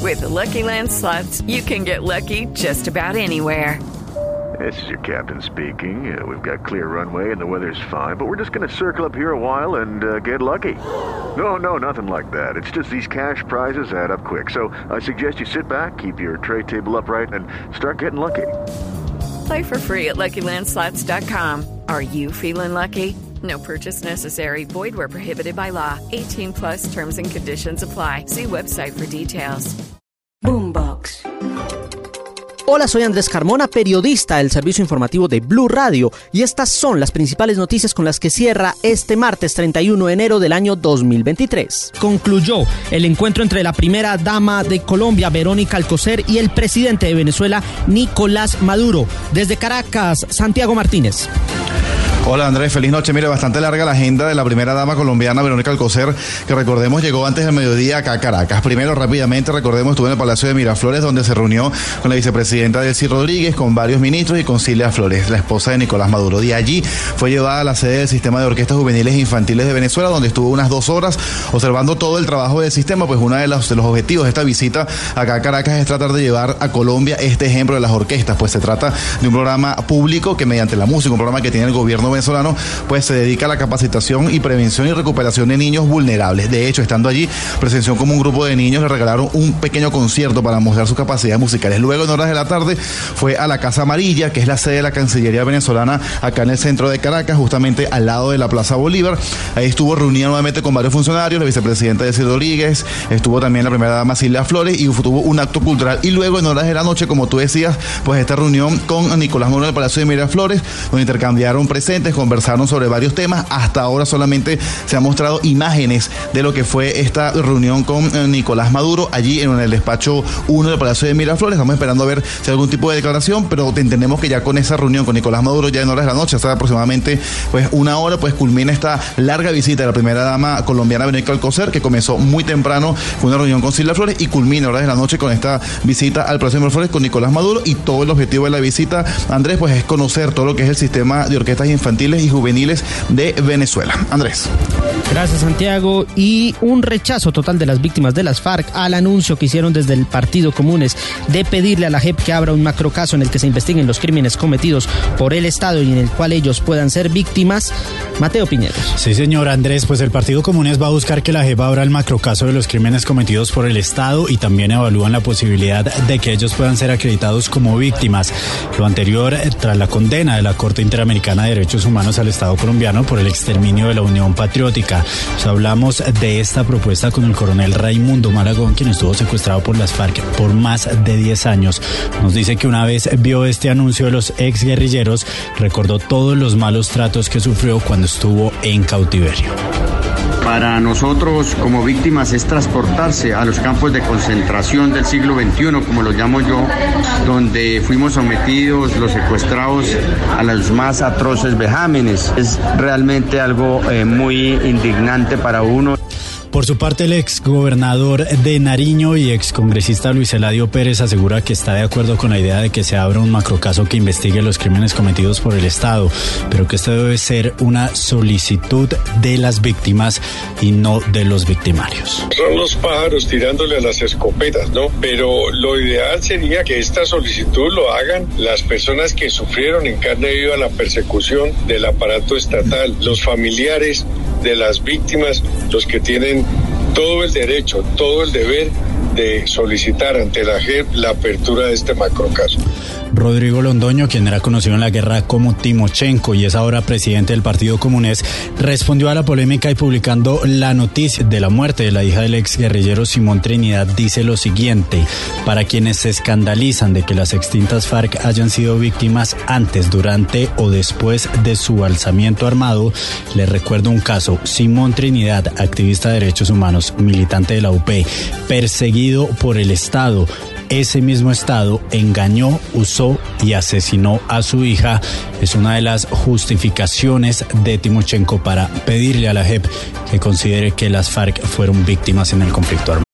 With the Lucky Land Slots, you can get lucky just about anywhere. This is your captain speaking. We've got clear runway and the weather's fine, but we're just going to circle up here a while and get lucky. No, nothing like that. It's just these cash prizes add up quick. So I suggest you sit back, keep your tray table upright, and start getting lucky. Play for free at LuckyLandSlots.com. Are you feeling lucky? No purchase necessary. Void where prohibited by law. 18 plus terms and conditions apply. See website for details. Boombox. Hola, soy Andrés Carmona, periodista del servicio informativo de Blue Radio, y estas son las principales noticias con las que cierra este martes 31 de enero del año 2023. Concluyó el encuentro entre la primera dama de Colombia, Verónica Alcocer, y el presidente de Venezuela, Nicolás Maduro. Desde Caracas, Santiago Martínez. Hola Andrés, feliz noche. Mire, bastante larga la agenda de la primera dama colombiana, Verónica Alcocer, que recordemos llegó antes del mediodía acá a Caracas. Primero, rápidamente, recordemos, estuvo en el Palacio de Miraflores, donde se reunió con la vicepresidenta Delcy Rodríguez, con varios ministros y con Cilia Flores, la esposa de Nicolás Maduro. De allí fue llevada a la sede del Sistema de Orquestas Juveniles e Infantiles de Venezuela, donde estuvo unas 2 horas observando todo el trabajo del sistema. Pues uno de los objetivos de esta visita acá a Caracas es tratar de llevar a Colombia este ejemplo de las orquestas. Pues se trata de un programa público que mediante la música, un programa que tiene el gobierno venezolano, pues se dedica a la capacitación y prevención y recuperación de niños vulnerables. De hecho, estando allí, presenció como un grupo de niños le regalaron un pequeño concierto para mostrar sus capacidades musicales. Luego, en horas de la tarde, fue a la Casa Amarilla, que es la sede de la Cancillería venezolana, acá en el centro de Caracas, justamente al lado de la Plaza Bolívar. Ahí estuvo reunida nuevamente con varios funcionarios, la vicepresidenta Delcy Rodríguez, estuvo también la primera dama Cilia Flores, y tuvo un acto cultural. Y luego, en horas de la noche, como tú decías, pues esta reunión con Nicolás Maduro en el Palacio de Miraflores, donde intercambiaron presentes, conversaron sobre varios temas. Hasta ahora solamente se han mostrado imágenes de lo que fue esta reunión con Nicolás Maduro allí en el despacho 1 del Palacio de Miraflores. Estamos esperando a ver si hay algún tipo de declaración, pero entendemos que ya con esa reunión con Nicolás Maduro, ya en horas de la noche, hasta aproximadamente pues 1 hora, pues culmina esta larga visita de la primera dama colombiana, Verónica Alcocer, que comenzó muy temprano con una reunión con Cilia Flores y culmina en horas de la noche con esta visita al Palacio de Miraflores con Nicolás Maduro. Y todo el objetivo de la visita, Andrés, pues es conocer todo lo que es el sistema de orquestas infantiles y juveniles de Venezuela. Andrés. Gracias, Santiago. Y un rechazo total de las víctimas de las FARC al anuncio que hicieron desde el Partido Comunes de pedirle a la JEP que abra un macrocaso en el que se investiguen los crímenes cometidos por el Estado y en el cual ellos puedan ser víctimas. Mateo Piñeros. Sí, señor Andrés, pues el Partido Comunes va a buscar que la JEP abra el macrocaso de los crímenes cometidos por el Estado, y también evalúan la posibilidad de que ellos puedan ser acreditados como víctimas. Lo anterior tras la condena de la Corte Interamericana de Derechos Humanos al Estado colombiano por el exterminio de la Unión Patriótica. Pues hablamos de esta propuesta con el coronel Raimundo Malagón, quien estuvo secuestrado por las FARC por más de 10 años. Nos dice que una vez vio este anuncio de los exguerrilleros, recordó todos los malos tratos que sufrió cuando estuvo en cautiverio. Para nosotros como víctimas es transportarse a los campos de concentración del siglo XXI, como lo llamo yo, donde fuimos sometidos, los secuestrados, a los más atroces vejámenes. Es realmente algo muy indignante para uno. Por su parte, el exgobernador de Nariño y excongresista Luis Eladio Pérez asegura que está de acuerdo con la idea de que se abra un macrocaso que investigue los crímenes cometidos por el Estado, pero que esto debe ser una solicitud de las víctimas y no de los victimarios. Son los pájaros tirándole a las escopetas, ¿no? Pero lo ideal sería que esta solicitud lo hagan las personas que sufrieron en carne viva la persecución del aparato estatal, los familiares de las víctimas, los que tienen todo el derecho, todo el deber de solicitar ante la JEP la apertura de este macrocaso. Rodrigo Londoño, quien era conocido en la guerra como Timochenko y es ahora presidente del Partido Comunes, respondió a la polémica y publicando la noticia de la muerte de la hija del exguerrillero Simón Trinidad, dice lo siguiente: para quienes se escandalizan de que las extintas FARC hayan sido víctimas antes, durante o después de su alzamiento armado, les recuerdo un caso: Simón Trinidad, activista de derechos humanos, militante de la UP, perseguido por el Estado. Ese mismo Estado engañó, usó y asesinó a su hija. Es una de las justificaciones de Timochenko para pedirle a la JEP que considere que las FARC fueron víctimas en el conflicto armado.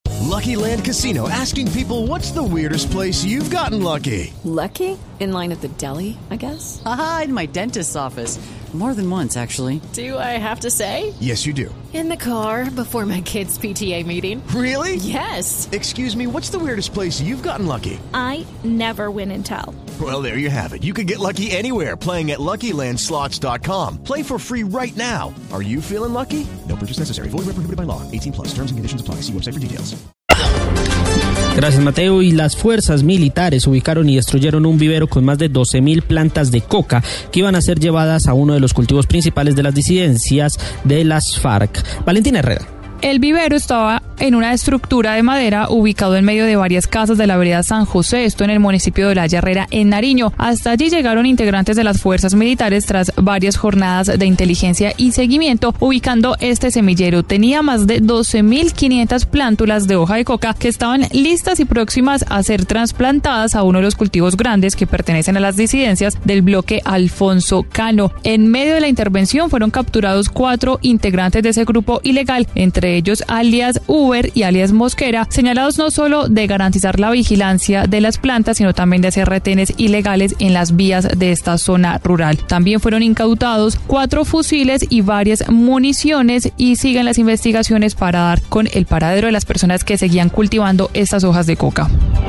Lucky Land Casino, asking people, what's the weirdest place you've gotten lucky? Lucky? In line at the deli, I guess? Aha, in my dentist's office. More than once, actually. Do I have to say? Yes, you do. In the car before my kids' PTA meeting. Really? Yes. Excuse me, what's the weirdest place you've gotten lucky? I never win and tell. Well, there you have it. You can get lucky anywhere, playing at LuckyLandSlots.com. Play for free right now. Are you feeling lucky? No purchase necessary. Void where prohibited by law. 18+. Terms and conditions apply. See website for details. Gracias, Mateo. Y las fuerzas militares ubicaron y destruyeron un vivero con más de 12.000 plantas de coca que iban a ser llevadas a uno de los cultivos principales de las disidencias de las FARC. Valentina Herrera. El vivero estaba en una estructura de madera ubicado en medio de varias casas de la vereda San José, esto en el municipio de La Herrera, en Nariño. Hasta allí llegaron integrantes de las fuerzas militares tras varias jornadas de inteligencia y seguimiento, ubicando este semillero. Tenía más de 12.500 plántulas de hoja de coca que estaban listas y próximas a ser trasplantadas a uno de los cultivos grandes que pertenecen a las disidencias del bloque Alfonso Cano. En medio de la intervención fueron capturados 4 integrantes de ese grupo ilegal, entre ellos alias Uber y alias Mosquera, señalados no solo de garantizar la vigilancia de las plantas, sino también de hacer retenes ilegales en las vías de esta zona rural. También fueron incautados 4 fusiles y varias municiones y siguen las investigaciones para dar con el paradero de las personas que seguían cultivando estas hojas de coca.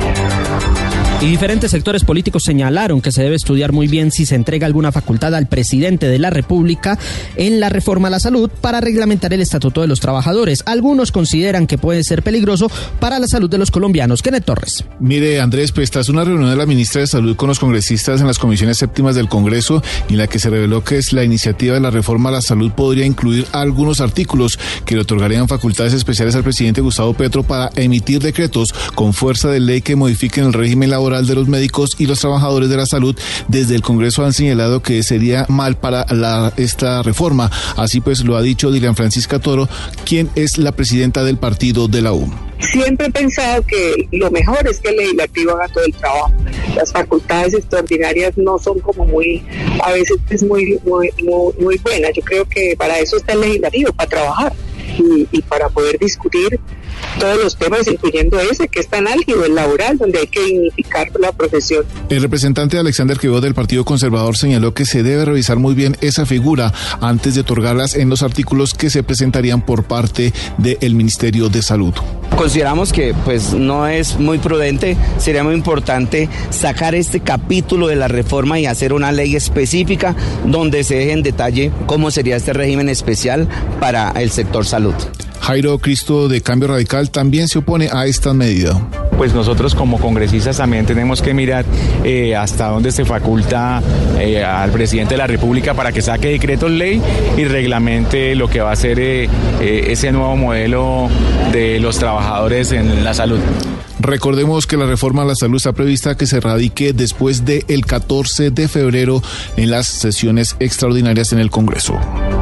Y diferentes sectores políticos señalaron que se debe estudiar muy bien si se entrega alguna facultad al presidente de la República en la reforma a la salud para reglamentar el estatuto de los trabajadores. Algunos consideran que puede ser peligroso para la salud de los colombianos. Kenneth Torres. Mire, Andrés, pues tras una reunión de la ministra de Salud con los congresistas en las comisiones séptimas del Congreso, en la que se reveló que la iniciativa de la reforma a la salud podría incluir algunos artículos que le otorgarían facultades especiales al presidente Gustavo Petro para emitir decretos con fuerza de ley que modifiquen el régimen laboral de los médicos y los trabajadores de la salud. Desde el Congreso han señalado que sería mal para esta reforma. Así pues lo ha dicho Dilian Francisca Toro, quien es la presidenta del partido de la U. Siempre he pensado que lo mejor es que el legislativo haga todo el trabajo. Las facultades extraordinarias no son como a veces es muy buenas. Yo creo que para eso está el legislativo, para trabajar y para poder discutir todos los temas, incluyendo ese que es tan álgido, el laboral, donde hay que dignificar la profesión. El representante Alexander Queiroz del Partido Conservador señaló que se debe revisar muy bien esa figura antes de otorgarlas en los artículos que se presentarían por parte del Ministerio de Salud. Consideramos que pues no es muy prudente, sería muy importante sacar este capítulo de la reforma y hacer una ley específica donde se deje en detalle cómo sería este régimen especial para el sector salud. Jairo Cristo de Cambio Radical también se opone a esta medida. Pues nosotros como congresistas también tenemos que mirar hasta dónde se faculta al presidente de la República para que saque decretos ley y reglamente lo que va a ser ese nuevo modelo de los trabajadores en la salud. Recordemos que la reforma a la salud está prevista que se radique después del 14 de febrero en las sesiones extraordinarias en el Congreso.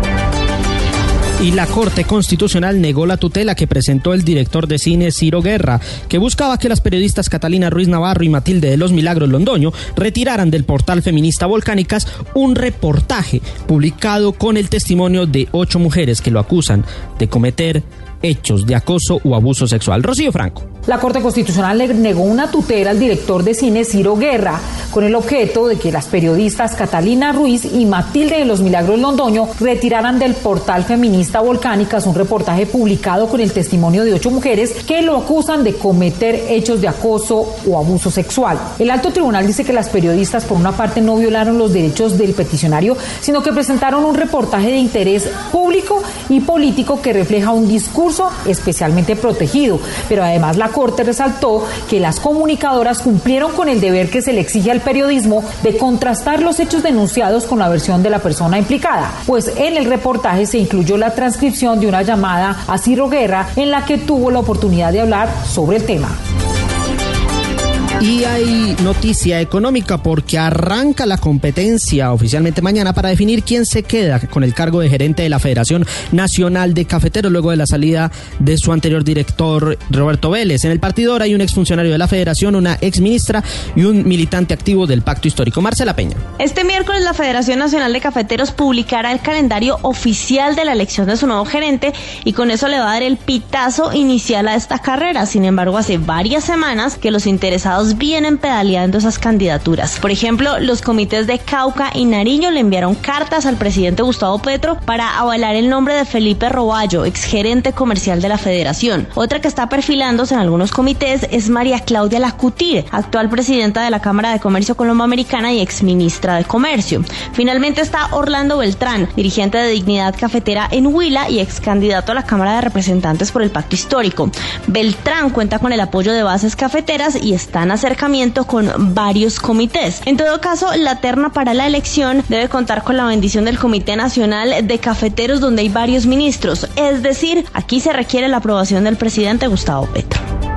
Y la Corte Constitucional negó la tutela que presentó el director de cine Ciro Guerra, que buscaba que las periodistas Catalina Ruiz Navarro y Matilde de los Milagros Londoño retiraran del portal feminista Volcánicas un reportaje publicado con el testimonio de 8 mujeres que lo acusan de cometer hechos de acoso o abuso sexual. Rocío Franco. La Corte Constitucional le negó una tutela al director de cine Ciro Guerra con el objeto de que las periodistas Catalina Ruiz y Matilde de los Milagros Londoño retiraran del portal feminista Volcánicas un reportaje publicado con el testimonio de 8 mujeres que lo acusan de cometer hechos de acoso o abuso sexual. El alto tribunal dice que las periodistas por una parte no violaron los derechos del peticionario, sino que presentaron un reportaje de interés público y político que refleja un discurso especialmente protegido, pero además la Corte resaltó que las comunicadoras cumplieron con el deber que se le exige al periodismo de contrastar los hechos denunciados con la versión de la persona implicada, pues en el reportaje se incluyó la transcripción de una llamada a Ciro Guerra en la que tuvo la oportunidad de hablar sobre el tema. Y hay noticia económica porque arranca la competencia oficialmente mañana para definir quién se queda con el cargo de gerente de la Federación Nacional de Cafeteros luego de la salida de su anterior director Roberto Vélez. En el partidor hay un exfuncionario de la Federación, una exministra y un militante activo del Pacto Histórico. Marcela Peña. Este miércoles la Federación Nacional de Cafeteros publicará el calendario oficial de la elección de su nuevo gerente y con eso le va a dar el pitazo inicial a esta carrera. Sin embargo, hace varias semanas que los interesados vienen pedaleando esas candidaturas. Por ejemplo, los comités de Cauca y Nariño le enviaron cartas al presidente Gustavo Petro para avalar el nombre de Felipe Roballo, exgerente comercial de la Federación. Otra que está perfilándose en algunos comités es María Claudia Lacutir, actual presidenta de la Cámara de Comercio Colomboamericana y exministra de Comercio. Finalmente está Orlando Beltrán, dirigente de Dignidad Cafetera en Huila y ex candidato a la Cámara de Representantes por el Pacto Histórico. Beltrán cuenta con el apoyo de bases cafeteras y está en acercamiento con varios comités. En todo caso, la terna para la elección debe contar con la bendición del Comité Nacional de Cafeteros, donde hay varios ministros. Es decir, aquí se requiere la aprobación del presidente Gustavo Petro.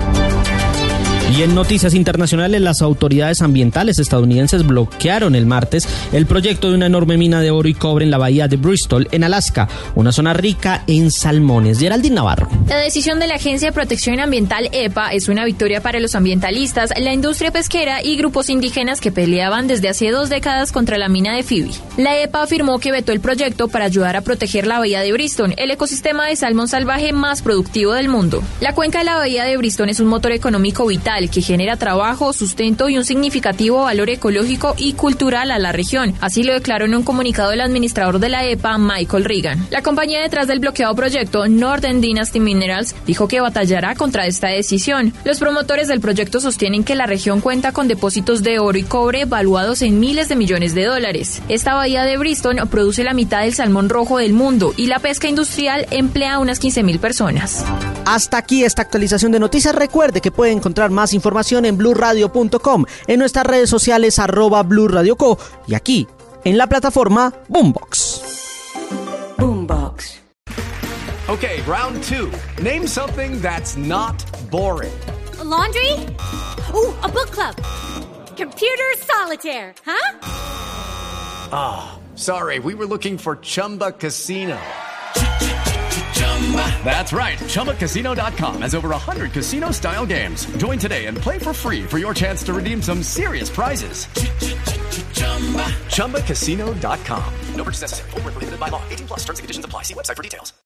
Y en noticias internacionales, las autoridades ambientales estadounidenses bloquearon el martes el proyecto de una enorme mina de oro y cobre en la bahía de Bristol, en Alaska, una zona rica en salmones. Geraldine Navarro. La decisión de la Agencia de Protección Ambiental EPA es una victoria para los ambientalistas, la industria pesquera y grupos indígenas que peleaban desde hace 2 décadas contra la mina de Phoebe. La EPA afirmó que vetó el proyecto para ayudar a proteger la bahía de Bristol, el ecosistema de salmón salvaje más productivo del mundo. La cuenca de la bahía de Bristol es un motor económico vital que genera trabajo, sustento y un significativo valor ecológico y cultural a la región. Así lo declaró en un comunicado el administrador de la EPA, Michael Regan. La compañía detrás del bloqueado proyecto, Northern Dynasty Minerals, dijo que batallará contra esta decisión. Los promotores del proyecto sostienen que la región cuenta con depósitos de oro y cobre valuados en miles de millones de dólares. Esta bahía de Bristol produce la mitad del salmón rojo del mundo y la pesca industrial emplea a unas 15,000 personas. Hasta aquí esta actualización de noticias. Recuerde que puede encontrar más información en blurradio.com, en nuestras redes sociales @blurradioco y aquí en la plataforma Boombox. Boombox. Okay, round 2. Name something that's not boring. A laundry? Ooh, a book club. Computer solitaire, huh? Ah, sorry, we were looking for Chumba Casino. That's right. ChumbaCasino.com has over 100 casino-style games. Join today and play for free for your chance to redeem some serious prizes. ChumbaCasino.com. No purchase necessary. Void where prohibited by law. 18+ terms and conditions apply. See website for details.